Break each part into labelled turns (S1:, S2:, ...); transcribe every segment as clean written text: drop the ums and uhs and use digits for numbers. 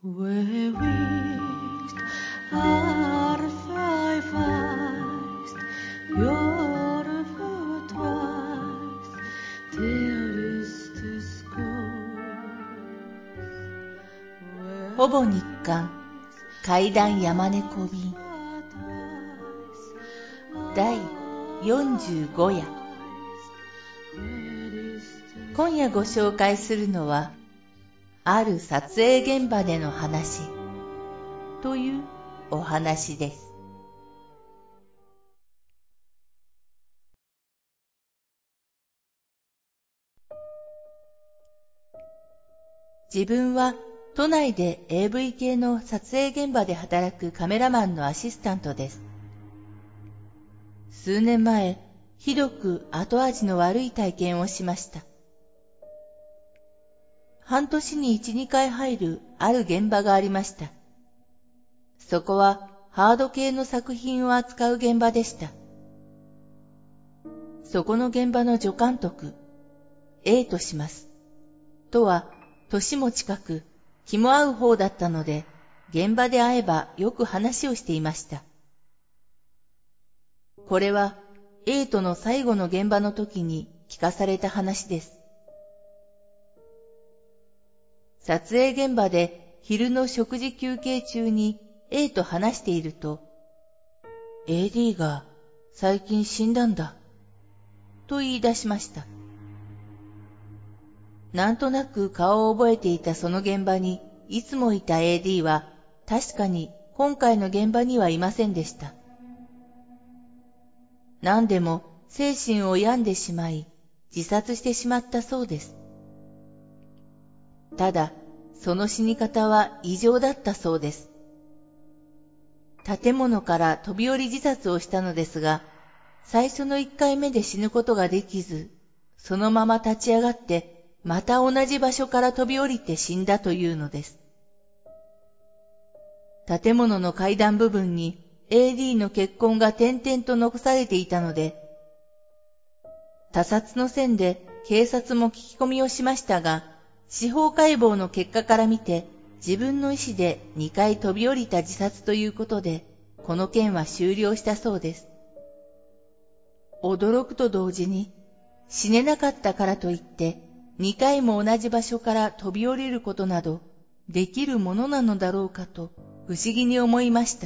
S1: Where wished are five eyes, your foot twice, dearest schools.
S2: ほぼ日刊怪談山猫便第45夜。今夜ご紹介するのは、ある撮影現場での話というお話です。自分は都内で AV 系の撮影現場で働くカメラマンのアシスタントです。数年前、ひどく後味の悪い体験をしました。半年に1、2回入るある現場がありました。そこはハード系の作品を扱う現場でした。そこの現場の助監督、A とします。とは、年も近く、気も合う方だったので、現場で会えばよく話をしていました。これは A との最後の現場の時に聞かされた話です。撮影現場で昼の食事休憩中に A と話していると、AD が最近死んだんだ、と言い出しました。なんとなく顔を覚えていたその現場にいつもいた AD は確かに今回の現場にはいませんでした。何でも精神を病んでしまい自殺してしまったそうです。ただ、その死に方は異常だったそうです。建物から飛び降り自殺をしたのですが、最初の1回目で死ぬことができず、そのまま立ち上がって、また同じ場所から飛び降りて死んだというのです。建物の階段部分に AD の血痕が点々と残されていたので、他殺の線で警察も聞き込みをしましたが、司法解剖の結果から見て、自分の意思で2回飛び降りた自殺ということで、この件は終了したそうです。驚くと同時に、死ねなかったからといって、2回も同じ場所から飛び降りることなど、できるものなのだろうかと、不思議に思いました。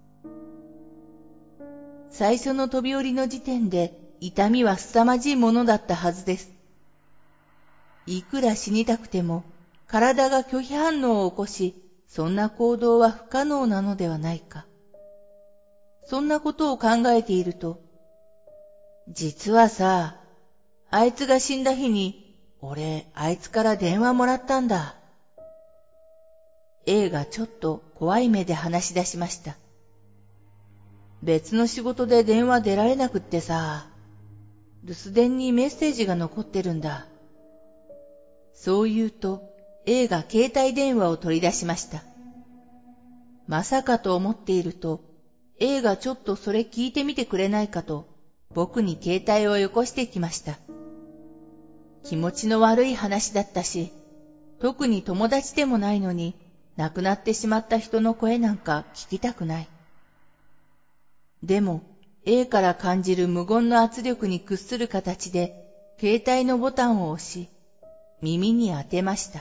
S2: 最初の飛び降りの時点で、痛みは凄まじいものだったはずです。いくら死にたくても、体が拒否反応を起こし、そんな行動は不可能なのではないか。そんなことを考えていると、実はさ、あいつが死んだ日に、俺、あいつから電話もらったんだ。A がちょっと怖い目で話し出しました。別の仕事で電話出られなくってさ、留守電にメッセージが残ってるんだ。そう言うと、A が携帯電話を取り出しました。まさかと思っていると、A がちょっとそれ聞いてみてくれないかと、僕に携帯をよこしてきました。気持ちの悪い話だったし、特に友達でもないのに、亡くなってしまった人の声なんか聞きたくない。でも、A から感じる無言の圧力に屈する形で、携帯のボタンを押し、耳に当てました。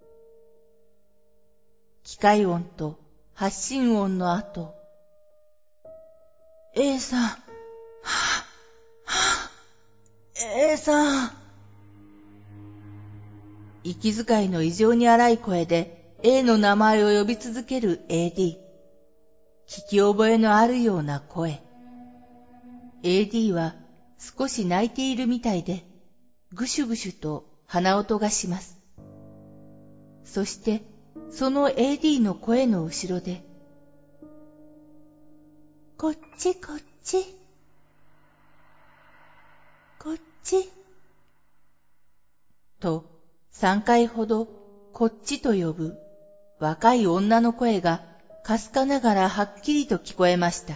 S2: 機械音と発信音の後、A さん、はぁ、A さん。息遣いの異常に荒い声で A の名前を呼び続ける AD。聞き覚えのあるような声。AD は少し泣いているみたいで、ぐしゅぐしゅと鼻音がします。そして、その AD の声の後ろで、こっちこっち。こっち。と、3回ほど、こっちと呼ぶ、若い女の声が、かすかながらはっきりと聞こえました。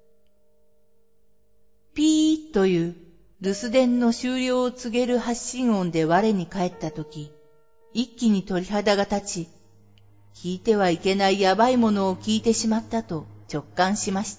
S2: ピーという留守電の終了を告げる発信音で我に返ったとき、一気に鳥肌が立ち、 聞いてはいけないやばいものを聞いてしまったと直感しました。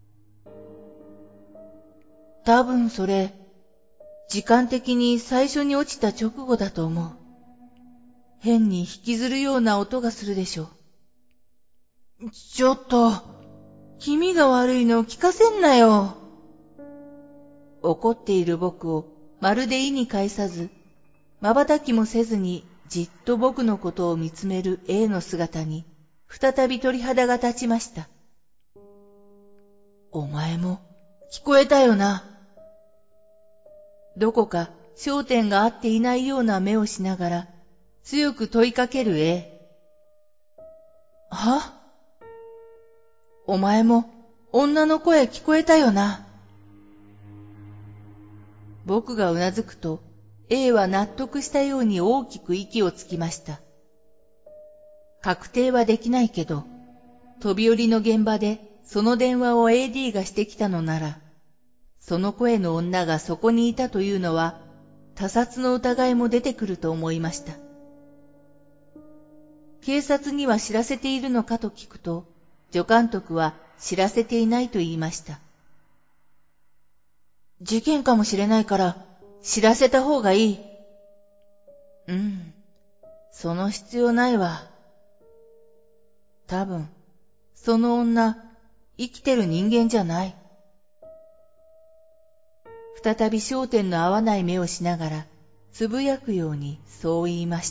S2: 多分それ、時間的に最初に落ちた直後だと思う。変に引きずるような音がするでしょう。ちょっと、気味が悪いのを聞かせんなよ。怒っている僕をまるで意に介さず、瞬きもせずにじっと僕のことを見つめる A の姿に、再び鳥肌が立ちました。お前も聞こえたよな。どこか焦点が合っていないような目をしながら、強く問いかける A。は？お前も女の声聞こえたよな。僕がうなずくと、A は納得したように大きく息をつきました。確定はできないけど、飛び降りの現場でその電話を AD がしてきたのなら、その声の女がそこにいたというのは、他殺の疑いも出てくると思いました。警察には知らせているのかと聞くと、助監督は知らせていないと言いました。事件かもしれないから知らせた方がいい。その必要ないわ。多分、その女、生きてる人間じゃない。再び焦点の合わない目をしながら、つぶやくようにそう言いました。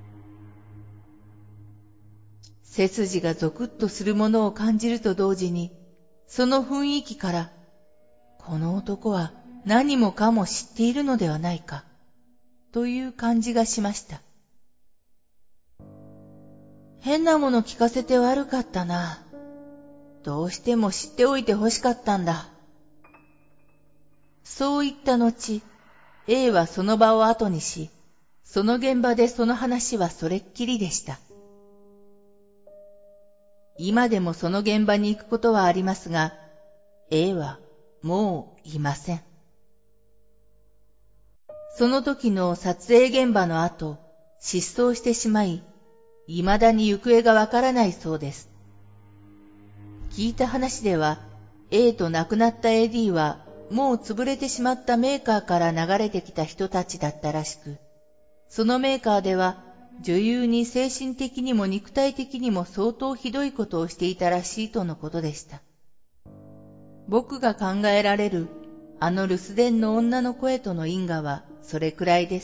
S2: 背筋がゾクッとするものを感じると同時に、その雰囲気から、この男は何もかも知っているのではないか、という感じがしました。変なもの聞かせて悪かったな。どうしても知っておいて欲しかったんだ。そう言った後、A はその場を後にし、その現場でその話はそれっきりでした。今でもその現場に行くことはありますが、A はもういません。その時の撮影現場の後、失踪してしまい、未だに行方がわからないそうです。聞いた話では、A と亡くなった AD は、もう潰れてしまったメーカーから流れてきた人たちだったらしく、そのメーカーでは、女優に精神的にも肉体的にも相当ひどいことをしていたらしいとのことでした。僕が考えられる、あの留守電の女の声との因果は、それくらいです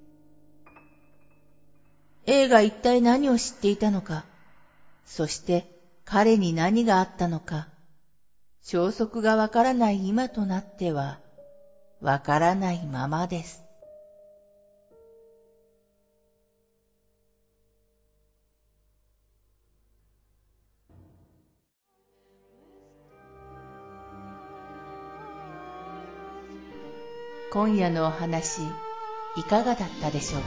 S2: 。A が一体何を知っていたのか、そして彼に何があったのか、消息がわからない今となっては、わからないままです。今夜のお話、いかがだったでしょうか。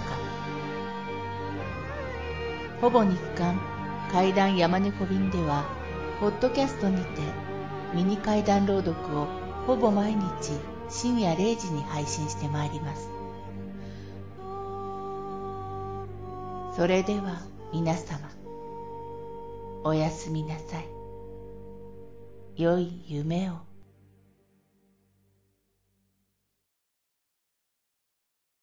S2: ほぼ日刊怪談山猫便では、ポッドキャストにてミニ怪談朗読をほぼ毎日深夜0時に配信してまいります。それでは皆様、おやすみなさい。良い夢を。